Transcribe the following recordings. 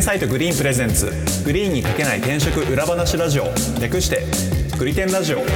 サイトグリーンプレゼンツ、グリーンにかけない転職裏話ラジオ、略してグリテンラジオ。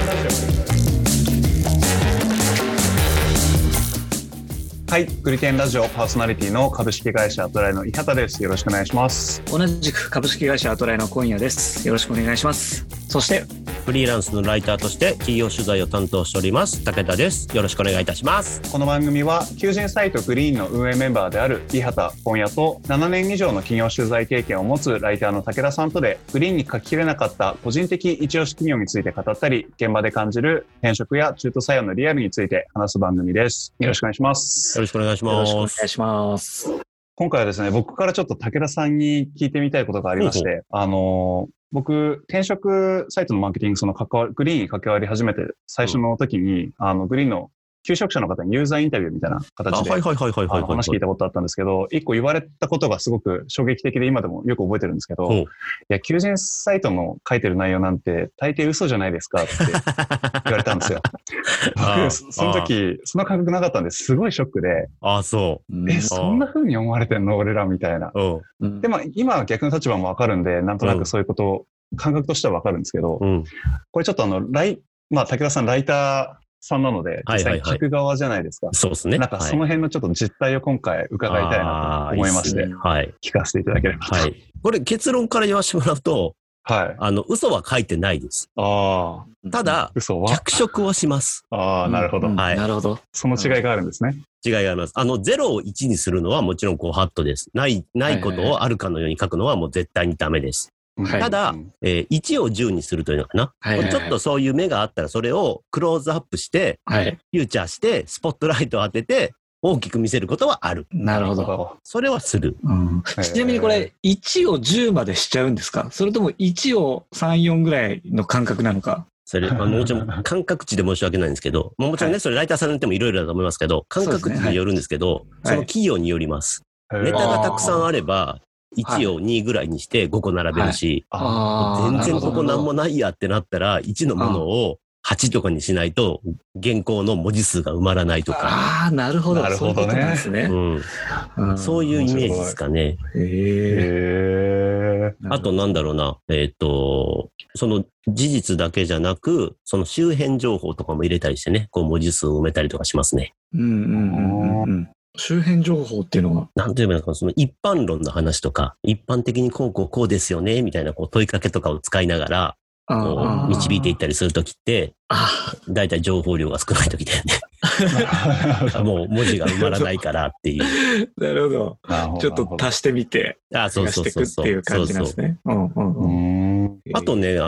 はい、グリテンラジオパーソナリティの株式会社アトライの伊畑です。よろしくお願いします。 同じく株式会社アトライの今夜です。よろしくお願いします。そしてフリーランスのライターとして企業取材を担当しております武田です。よろしくお願いいたします。 この番組は求人サイトグリーンの運営メンバーである伊畑今夜と7年以上の企業取材経験を持つライターの武田さんとでグリーンに書ききれなかった個人的一押し企業について語ったり、現場で感じる転職や中途採用のリアルについて話す番組です。よろしくお願いします。 よろしくお願いします。 よろしくお願いします。 今回はですね、僕からちょっと武田さんに聞いてみたいことがありまして、僕、転職サイトのマーケティング、グリーンに関わり始めて最初の時に、グリーンの求職者の方にユーザーインタビューみたいな形で話聞いたことあったんですけど、一個言われたことがすごく衝撃的で今でもよく覚えてるんですけど、いや、求人サイトの書いてる内容なんて大抵嘘じゃないですかって言われたんですよ。僕、その時、その感覚なかったんですごいショックで、そんな風に思われてんの俺らみたいな。でも今は逆の立場もわかるんで、なんとなくそういうこと、感覚としてはわかるんですけど、これちょっと武田さんライターさんなので、実際に書く側じゃないですか。 そうですね。 なんかその辺のちょっと実態を今回伺いたいなと思いまして、聞かせていただければと。 これ結論から言わせてもらうと、嘘は書いてないです。ただ、脚色をします。 なるほど。 なるほど。 その違いがあるんですね。 違いがあります。0を1にするのはもちろんハットです。ないことをあるかのように書くのはもう絶対にダメです。ただ、1を10にするというのかな。ちょっとそういう目があったらそれをクローズアップして、フューチャーして、スポットライトを当てて、大きく見せることはある。 なるほど。 それはする。 ちなみにこれ、1を10までしちゃうんですか？それとも1を3、4ぐらいの感覚なのか？ それ、もちろん感覚値で申し訳ないんですけど、もちろんね、それライターさんによってもいろいろだと思いますけど、感覚値によるんですけど、その企業によります。ネタがたくさんあれば、1を2ぐらいにして5個並べるし、全然ここなんもないやってなったら、1のものを8とかにしないと、原稿の文字数が埋まらないとか。 なるほど。 なるほどね。 そういうイメージですかね。あとなんだろうな、その事実だけじゃなく、その周辺情報とかも入れたりしてね、こう文字数を埋めたりとかしますね。 周辺情報っていうのはなんて言えばいいのか、その一般論の話とか、一般的にこうですよね、みたいなこう問いかけとかを使いながら、導いていったりするときって、だいたい情報量が少ないときだよね。もう文字が埋まらないからっていう。 なるほど。ちょっと足してみて、 そうしていくっていう感じなんですね。 あとね、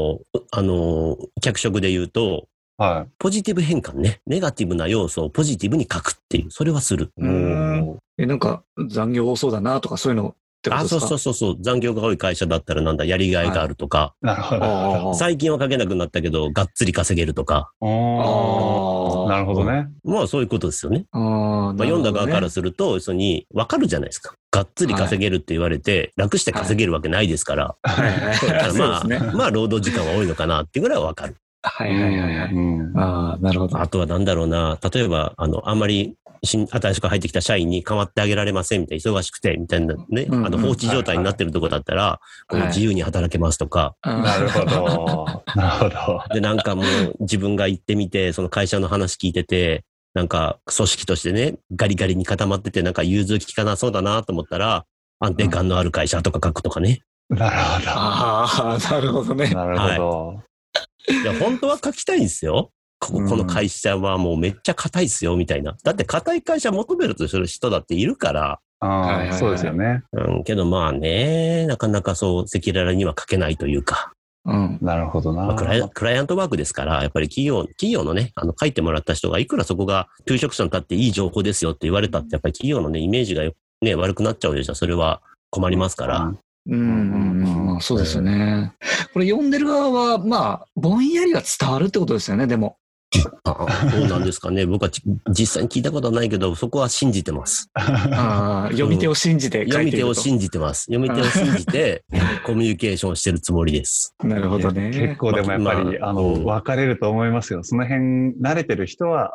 脚色で言うと、ポジティブ変換ね。ネガティブな要素をポジティブに書くっていう。それはする。 なんか残業多そうだなとかそういうのってことですか？ そう。残業が多い会社だったらなんだ、やりがいがあるとか。 なるほど。 最近は書けなくなったけど、がっつり稼げるとか。 なるほどね。 まあそういうことですよね。読んだ側からすると、要するにわかるじゃないですか。がっつり稼げるって言われて、楽して稼げるわけないですから。まあ労働時間は多いのかなっていうぐらいはわかる。 なるほど。 あとはなんだろうな、例えば、あんまり新しく入ってきた社員に構ってあげられませんみたいな、忙しくてみたいなね、放置状態になってるとこだったら、自由に働けますとか。 なるほど。なるほど。 で、なんかもう自分が行ってみて、その会社の話聞いてて、なんか組織としてね、ガリガリに固まってて、なんか融通きかなそうだなと思ったら、安定感のある会社とか書くとかね。 なるほど。 なるほどね。 なるほど。 いや、本当は書きたいんですよ。この会社はもうめっちゃ硬いっすよ、みたいな。だって硬い会社求めるとする人だっているから。 そうですよね。 けどまあね、なかなかそう、赤裸々には書けないというか。 なるほどな。 クライアントワークですから、やっぱり企業のね、書いてもらった人がいくらそこが求職者に立っていい情報ですよって言われたって、やっぱり企業のね、イメージがね、悪くなっちゃうようじゃ、それは困りますから。 そうですよね。これ読んでる側は、まあ、ぼんやりは伝わるってことですよね、でも。 そうなんですかね。僕は実際に聞いたことはないけど、そこは信じてます。 読み手を信じて書いてると。 読み手を信じてます。読み手を信じて、コミュニケーションしてるつもりです。 なるほどね。 結構でもやっぱり、分かれると思いますよ。その辺、慣れてる人は、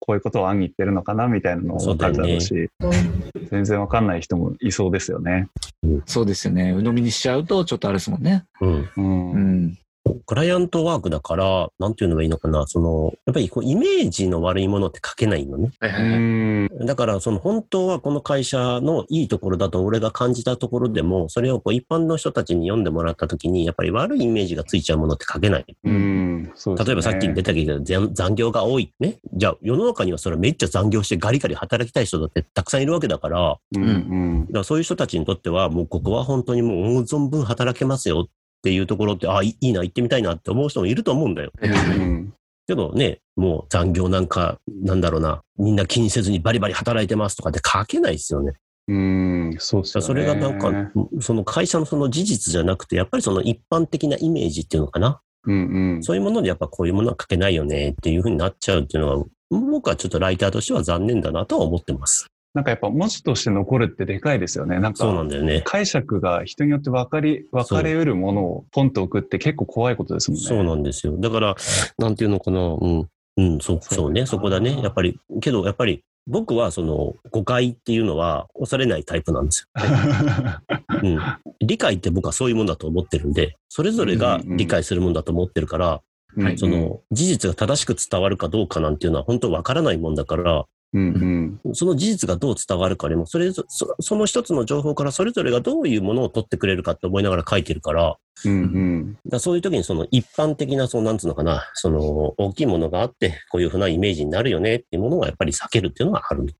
こういうことを暗に言ってるのかなみたいなのも分かるだろうし、全然分かんない人もいそうですよね。 そうですよね。鵜呑みにしちゃうとちょっとあれですもんね。 クライアントワークだから、なんていうのがいいのかな、やっぱりイメージの悪いものって書けないのね。だから、本当はこの会社のいいところだと俺が感じたところでも、それを一般の人たちに読んでもらったときに、やっぱり悪いイメージがついちゃうものって書けない。 そうですね、 例えばさっき出たけど、残業が多い。ね。じゃあ、世の中にはそれめっちゃ残業してガリガリ働きたい人だってたくさんいるわけだから、だからそういう人たちにとっては、もうここは本当にもう思う存分働けますよっていうところって、いいな、行ってみたいなって思う人もいると思うんだよ。けどね、もう残業なんか、なんだろうな、みんな気にせずにバリバリ働いてますとかって書けないですよね。 そうですよね。 それがなんか、その会社のその事実じゃなくて、やっぱりその一般的なイメージっていうのかな。そういうものでやっぱこういうものは書けないよねっていう風になっちゃうっていうのは、僕はちょっとライターとしては残念だなとは思ってます。 なんかやっぱ文字として残るってでかいですよね。なんかそうなんだよね。 解釈が人によって分かれうるものをポンと置くって結構怖いことですもんね。 そうなんですよ。だから、なんていうのかな、そうね、そこだね。やっぱり、けどやっぱり僕は誤解っていうのは恐れないタイプなんですよ。理解って僕はそういうもんだと思ってるんで、それぞれが理解するもんだと思ってるから、事実が正しく伝わるかどうかなんていうのは本当わからないもんだから、その事実がどう伝わるかでも、その一つの情報からそれぞれがどういうものを取ってくれるかって思いながら書いてるから、だそういう時に一般的な、なんつうのかな、大きいものがあって、こういうふうなイメージになるよねっていうものはやっぱり避けるっていうのはある。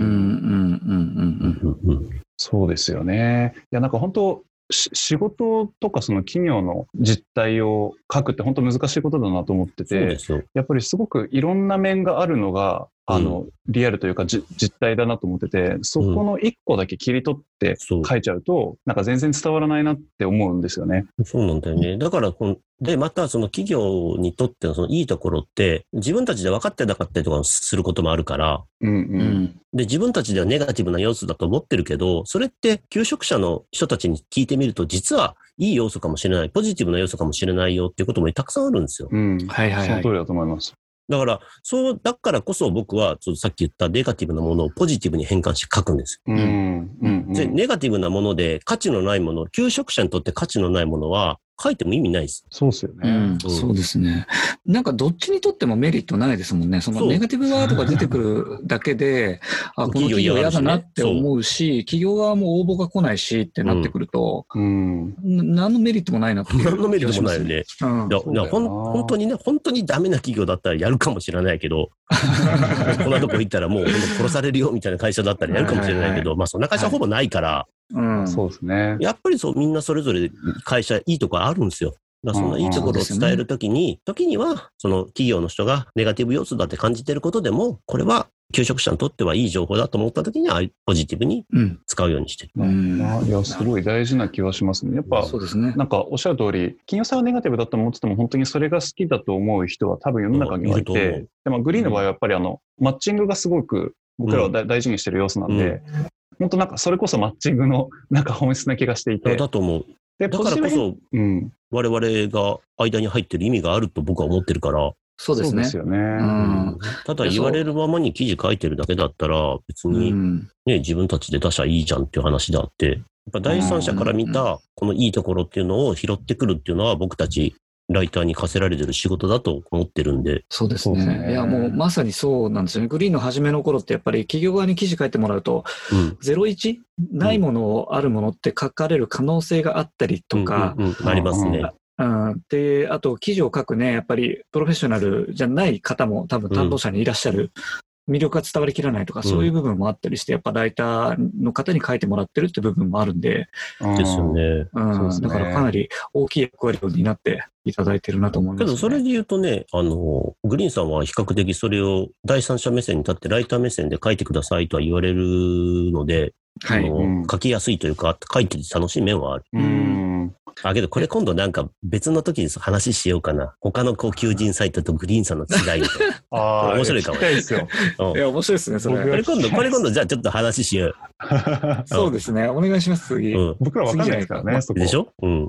そうですよね。いや、なんか本当、仕事とか企業の実態を書くって本当難しいことだなと思ってて、やっぱりすごくいろんな面があるのが、リアルというか実態だなと思ってて、そこの一個だけ切り取って書いちゃうと、なんか全然伝わらないなって思うんですよね。 そうなんだよね。だから、また企業にとってのいいところって、自分たちで分かってなかったりとかすることもあるから、で、自分たちではネガティブな要素だと思ってるけど、それって求職者の人たちに聞いてみると、実はいい要素かもしれない、ポジティブな要素かもしれないよっていうこともたくさんあるんですよ。 その通りだと思います。 だからこそ僕は、さっき言ったネガティブなものをポジティブに変換して書くんです。で、ネガティブなもので価値のないもの、求職者にとって価値のないものは書いても意味ないです。 そうですよね。 そうですね。なんかどっちにとってもメリットないですもんね。ネガティブワードが出てくるだけで、この企業嫌だなって思うし、企業側も応募が来ないしってなってくると、何のメリットもないなって。 何のメリットもないよね。本当にね、本当にダメな企業だったらやるかもしれないけど、こんなとこ行ったらもう殺されるよみたいな会社だったらやるかもしれないけど、そんな会社ほぼないから、 そうですね。 やっぱりみんなそれぞれ会社いいところあるんですよ。そのいいところを伝えるときに、時には企業の人がネガティブ要素だって感じてることでも、これは求職者にとってはいい情報だと思ったときにはポジティブに使うようにしてる。 いや、すごい大事な気がしますね。やっぱ、なんかおっしゃる通り、企業さんはネガティブだと思ってても、本当にそれが好きだと思う人は多分世の中にはいて、でもグリーンの場合はやっぱりマッチングがすごく僕らは大事にしてる要素なんで、本当なんかそれこそマッチングのなんか本質な気がしていて。 だと思う。だからこそ、我々が間に入ってる意味があると僕は思ってるから。 そうですね。 そうですよね。 ただ言われるままに記事書いてるだけだったら、別にね、自分たちで出しゃいいじゃんっていう話であって、やっぱ第三者から見たこのいいところっていうのを拾ってくるっていうのは僕たちライターに課せられてる仕事だと思ってるんで。 そうですね。いや、もうまさにそうなんですよね。グリーンの初めの頃ってやっぱり企業側に記事書いてもらうと、01ないものをあるものって書かれる可能性があったりとか。 ありますね。 で、あと記事を書くね、やっぱりプロフェッショナルじゃない方も多分担当者にいらっしゃる。魅力が伝わりきらないとか、そういう部分もあったりして、やっぱライターの方に書いてもらってるって部分もあるんで。 ですよね。 だからかなり大きい役割を担っていただいてるなと思います、ね。 けどそれで言うとね、グリーンさんは比較的それを第三者目線に立ってライター目線で書いてくださいとは言われるので、書きやすいというか、書いてて楽しい面はある。けどこれ今度なんか別の時に話しようかな。他の求人サイトとグリーンさんの違いと。面白いかも。 いや、面白いですね、それ。 これ今度じゃあちょっと話しよう。 そうですね。お願いします、次。 僕ら分かんないですからね、そこ。 でしょ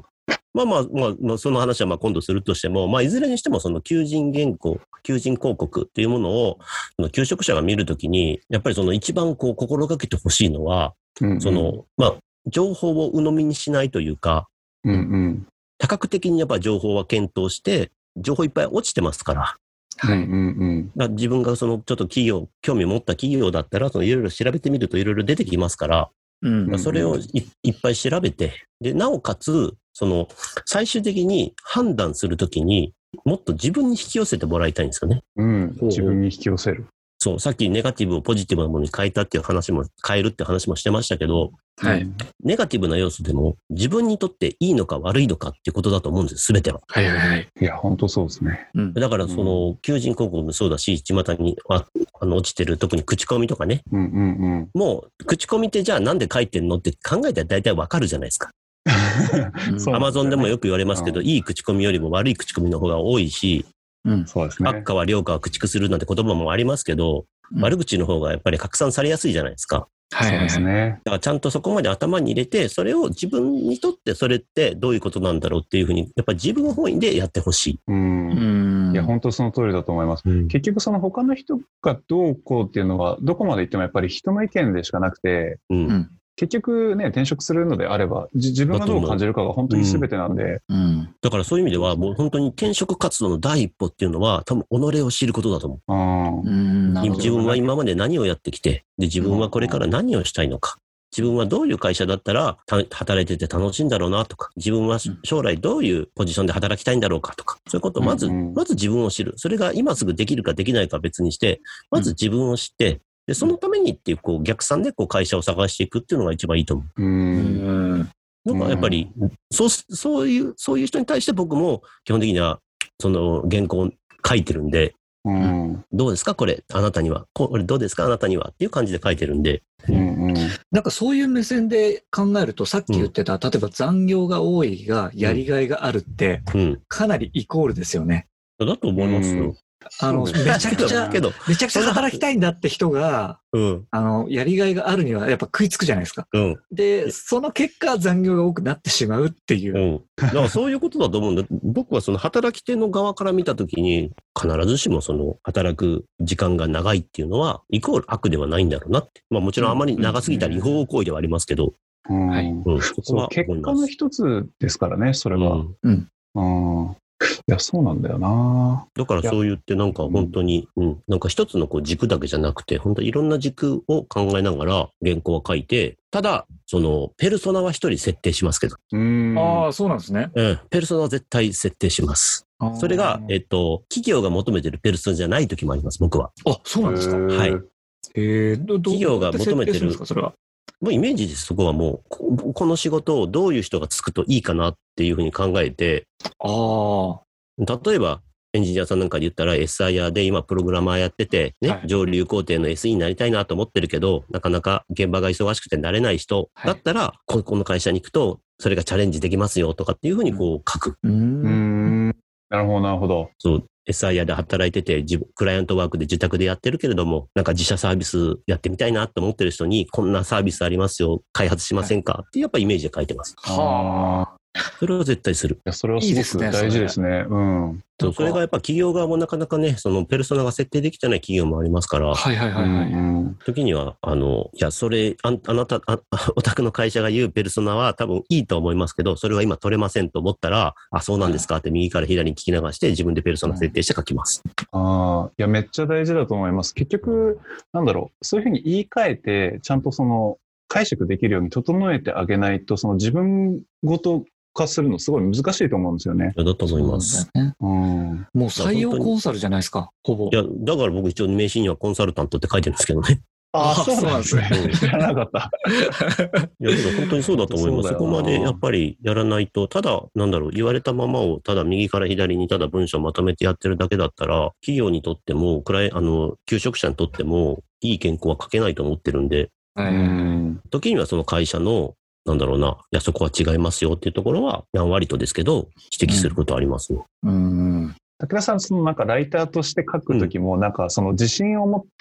その話は今度するとしても、いずれにしてもその求人原稿、求人広告っていうものを、求職者が見るときに、やっぱりその一番心がけてほしいのは、情報を鵜呑みにしないというか、多角的にやっぱ情報は検討して、情報いっぱい落ちてますから。自分がそのちょっと興味を持った企業だったら、いろいろ調べてみるといろいろ出てきますから、それをいっぱい調べて、で、なおかつ、最終的に判断するときにもっと自分に引き寄せてもらいたいんですよね。 自分に引き寄せる。 そう、さっきネガティブをポジティブなものに変えるって話もしてましたけど、ネガティブな要素でも自分にとっていいのか悪いのかっていうことだと思うんです、すべては。 いや、本当そうですね。 だから求人広告もそうだし、巷に落ちてる、特に口コミとかね。もう、口コミってじゃあなんで書いてんのって考えたら大体わかるじゃないですか。アマゾンでもよく言われますけど、いい口コミよりも悪い口コミの方が多いし、 そうですね。 悪化は良化は駆逐するなんて言葉もありますけど、悪口の方がやっぱり拡散されやすいじゃないですか。 そうですね。 だからちゃんとそこまで頭に入れて、それを自分にとってそれってどういうことなんだろうっていうふうに、やっぱり自分本位でやってほしい。 いや、本当その通りだと思います。結局その他の人がどうこうっていうのは、どこまで言ってもやっぱり人の意見でしかなくて、結局ね、転職するのであれば、自分がどう感じるかが本当に全てなんで。 だからそういう意味では、もう本当に転職活動の第一歩っていうのは、多分己を知ることだと思う。自分は今まで何をやってきて、で、自分はこれから何をしたいのか。自分はどういう会社だったら働いてて楽しいんだろうなとか、自分は将来どういうポジションで働きたいんだろうかとか、そういうことをまず自分を知る。それが今すぐできるかできないかは別にして、まず自分を知って、で、そのためにっていう、逆算で会社を探していくっていうのが一番いいと思う。なんかやっぱり、そういう人に対して僕も基本的には、その原稿を書いてるんで、どうですかこれ、あなたには。これどうですかあなたには。っていう感じで書いてるんで。 なんかそういう目線で考えると、さっき言ってた、例えば残業が多いが、やりがいがあるって、かなりイコールですよね。 だと思いますよ。 めちゃくちゃ働きたいんだって人が、やりがいがあるにはやっぱ食いつくじゃないですか。で、その結果残業が多くなってしまうっていう。 だからそういうことだと思うんだ。僕はその働き手の側から見たときに、必ずしもその働く時間が長いっていうのは、イコール悪ではないんだろうなって。もちろんあまり長すぎたら違法行為ではありますけど。 結果の一つですからね、それは。いや、そうなんだよな。 だからそう言ってなんか本当に、なんか一つの軸だけじゃなくて、本当にいろんな軸を考えながら原稿は書いて、ただ、ペルソナは一人設定しますけど。 ああ、そうなんですね。 ペルソナは絶対設定します。それが、企業が求めてるペルソナじゃない時もあります、僕は。 あ、そうなんですか。 はい。企業が求めてる。 それは。 もうイメージです。そこはもう、この仕事をどういう人がつくといいかなっていうふうに考えて、例えば、エンジニアさんなんかで言ったら SIR で今プログラマーやってて、ね、上流工程の SE になりたいなと思ってるけど、なかなか現場が忙しくてなれない人だったら、この会社に行くと、それがチャレンジできますよとかっていうふうに書く。 なるほど、なるほど。 そう。SIR で働いてて、クライアントワークで自宅でやってるけれども、なんか自社サービスやってみたいなと思ってる人に、こんなサービスありますよ、開発しませんかってやっぱイメージで書いてます。それは絶対する。 いや、それはすごく大事ですね。 それがやっぱ企業側もなかなかね、そのペルソナが設定できてない企業もありますから、時には、いや、それ、お宅の会社が言うペルソナは多分いいと思いますけど、それは今取れませんと思ったら、あ、そうなんですかって右から左に聞き流して自分でペルソナ設定して書きます。 いや、めっちゃ大事だと思います。結局、そういうふうに言い換えて、ちゃんと解釈できるように整えてあげないと、自分ごと化するのすごい難しいと思うんですよね。 だと思います。 もう採用コンサルじゃないですか、ほぼ。 いや、だから僕一応名刺にはコンサルタントって書いてるんですけどね。 そうなんですね。知らなかった。 いや、でも本当にそうだと思います。そこまでやっぱりやらないと、ただ、言われたままを、ただ右から左にただ文章をまとめてやってるだけだったら、企業にとっても、求職者にとっても、いい原稿は書けないと思ってるんで、時にはその会社の、いや、そこは違いますよっていうところは、やんわりとですけど、指摘することはありますね。 武田さん、ライターとして書くときも、自信を持って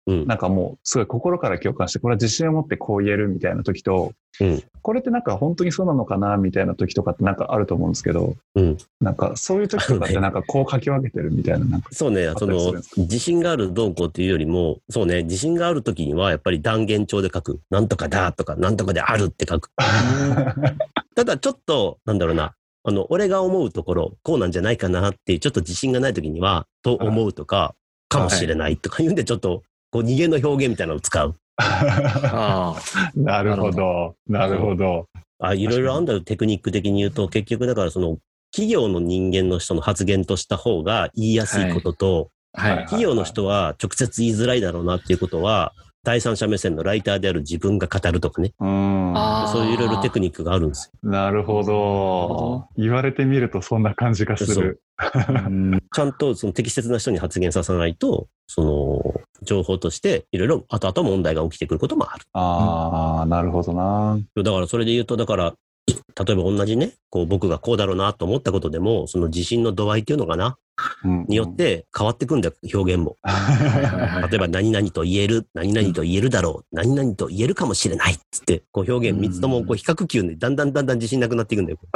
なんかもうすごい心から共感して、これは自信を持ってこう言えるみたいな時と、これってなんか本当にそうなのかなみたいな時とかってなんかあると思うんですけど、なんかそういう時とかってなんかこう書き分けてるみたいな、なんか。 そうね、自信があるどうこうっていうよりも、そうね、自信がある時にはやっぱり断言帳で書く。なんとかだとか、なんとかであるって書く。ただちょっと、なんだろうな、俺が思うところ、こうなんじゃないかなっていう、ちょっと自信がない時には、と思うとか、かもしれないとか言うんで、ちょっと、こう逃げの表現みたいなのを使う。 なるほど。なるほど。 いろいろあんだよ、テクニック的に言うと、結局だから企業の人間の人の発言とした方が言いやすいことと、企業の人は直接言いづらいだろうなっていうことは、第三者目線のライターである自分が語るとかね。そういういろいろテクニックがあるんですよ。なるほど。言われてみるとそんな感じがする。 ちゃんと適切な人に発言させないと、情報としていろいろ後々問題が起きてくることもある。 なるほどな。 だからそれで言うと、だから例えば同じね、こう僕がこうだろうなと思ったことでも、その自信の度合いっていうのかな、によって変わってくんだよ、表現も。例えば何々と言える、何々と言えるだろう、何々と言えるかもしれないっつって、こう表現3つともこう比較級でだんだん自信なくなっていくんだよ。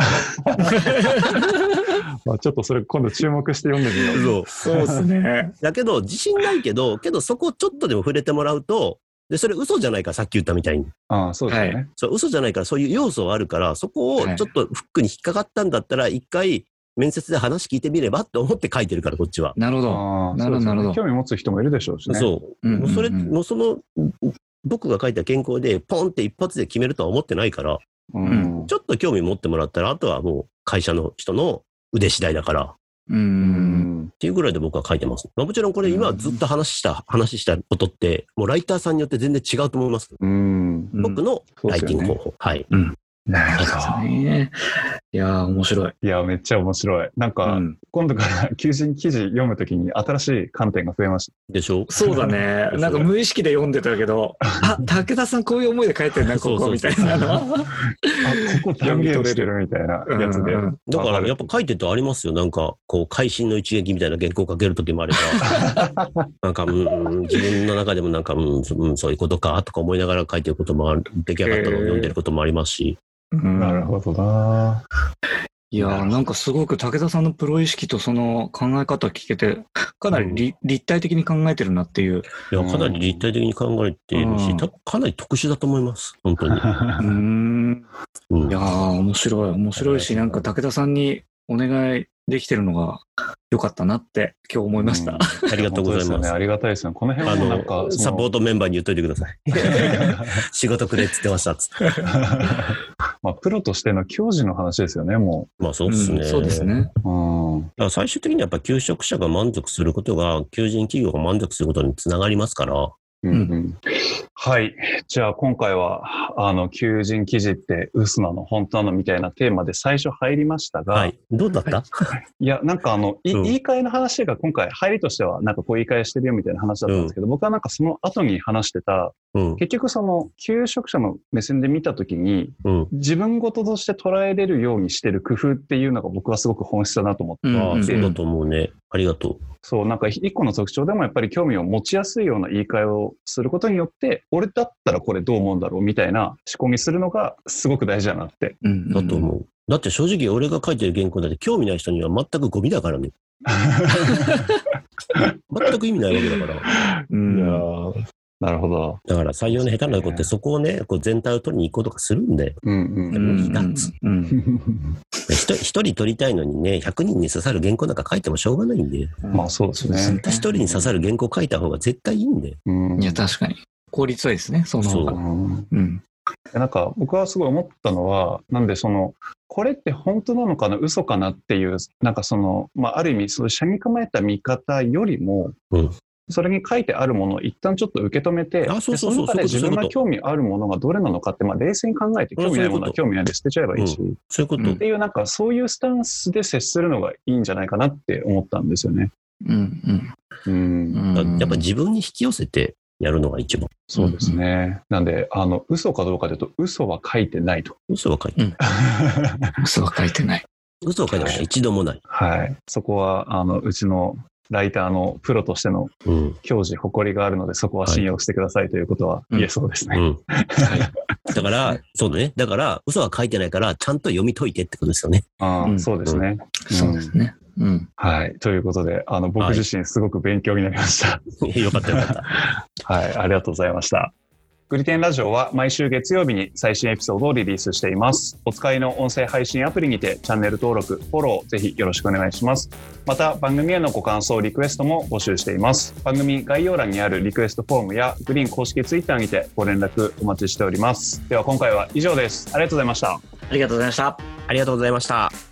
ちょっとそれ今度注目して読んでみよう。 そうですね。 だけど自信ないけどそこちょっとでも触れてもらうと、で、それ嘘じゃないから、さっき言ったみたいに。 そうですね。 そう、嘘じゃないから、そういう要素はあるから、そこをちょっとフックに引っかかったんだったら、一回、面接で話聞いてみればって思って書いてるから、こっちは。 なるほど。なるほど。 興味持つ人もいるでしょうしね。 そう。もう僕が書いた原稿で、ポンって一発で決めるとは思ってないから、ちょっと興味持ってもらったら、あとはもう会社の人の腕次第だから、っていうぐらいで僕は書いてます。もちろんこれ今ずっと話したことって、もうライターさんによって全然違うと思います。僕のライティング方法。はい。 なるほど。 いやー、面白い。 いや、めっちゃ面白い。なんか、今度から求人記事読むときに新しい観点が増えました。 でしょ？ そうだね。なんか無意識で読んでたけど、武田さんこういう思いで書いてるな、ここみたいなの。 ここ断言してるみたいなやつで。 だからやっぱ書いてるとありますよ。なんか、こう、会心の一撃みたいな原稿書けるときもあれば、なんか、自分の中でもなんか、そういうことか、とか思いながら書いてることもある、出来上がったのを読んでることもありますし。 なるほどな。 いやー、なんかすごく武田さんのプロ意識とその考え方聞けて、かなり立体的に考えてるなっていう。 いや、かなり立体的に考えているし、かなり特殊だと思います。本当に。いやー、面白いし、なんか武田さんにお願いできてるのが良かったなって今日思いました。 ありがとうございます。 ありがたいですね。この辺はなんかサポートメンバーに言っといてください。仕事くれっつってましたっつって。 プロとしての教授の話ですよね、もう。まあそうですね。 そうですね。 だから最終的にはやっぱ求職者が満足することが、求人企業が満足することにつながりますから。 はい。じゃあ今回は、求人記事って嘘なの本当なのみたいなテーマで最初入りましたが。 はい。どうだった？ いや、なんか言い換えの話が今回入りとしては、なんかこう言い換えしてるよみたいな話だったんですけど、僕はなんかその後に話してた、結局その求職者の目線で見たときに、自分事として捉えれるようにしてる工夫っていうのが僕はすごく本質だなと思って。 そうだと思うね。ありがとう。 そう、なんか一個の特徴でもやっぱり興味を持ちやすいような言い換えをすることによって、俺だったらこれどう思うんだろうみたいな思考にするのがすごく大事だなって。 だと思う。だって正直俺が書いてる原稿だって興味ない人には全くゴミだからね。全く意味ないわけだから。 なるほど。 だから採用の下手な子ってそこをね、こう全体を取りに行こうとかするんで。無理だっつ。一人取りたいのにね、100人に刺さる原稿なんか書いてもしょうがないんで。 まあそうですね。 一人に刺さる原稿書いた方が絶対いいんで。 いや、確かに。効率はいいですね、その方が。 なんか僕はすごい思ったのは、なんでこれって本当なのかな、嘘かなっていう、なんかある意味、車に構えた見方よりも、それに書いてあるものを一旦ちょっと受け止めて、その中で自分が興味あるものがどれなのかって、冷静に考えて、興味ないものは興味ないで捨てちゃえばいいし、 そういうこと。 っていう、なんかそういうスタンスで接するのがいいんじゃないかなって思ったんですよね。 やっぱ自分に引き寄せてやるのが一番。 そうですね。なんで、嘘かどうかというと、嘘は書いてないと。 嘘は書いてない。 嘘は書いてない。 嘘は書いてない。一度もない。 はい。そこは、うちのライターのプロとしての矜持、誇りがあるので、そこは信用してくださいということは言えそうですね。 だから、そうだね。だから、嘘は書いてないから、ちゃんと読み解いてってことですよね。 そうですね。 そうですね。 はい。ということで、僕自身すごく勉強になりました。 よかったよかった。 はい。ありがとうございました。グリテンラジオは毎週月曜日に最新エピソードをリリースしています。お使いの音声配信アプリにてチャンネル登録、フォローぜひよろしくお願いします。また番組へのご感想、リクエストも募集しています。番組概要欄にあるリクエストフォームやグリーン公式ツイッターにてご連絡お待ちしております。では今回は以上です。ありがとうございました。 ありがとうございました。 ありがとうございました。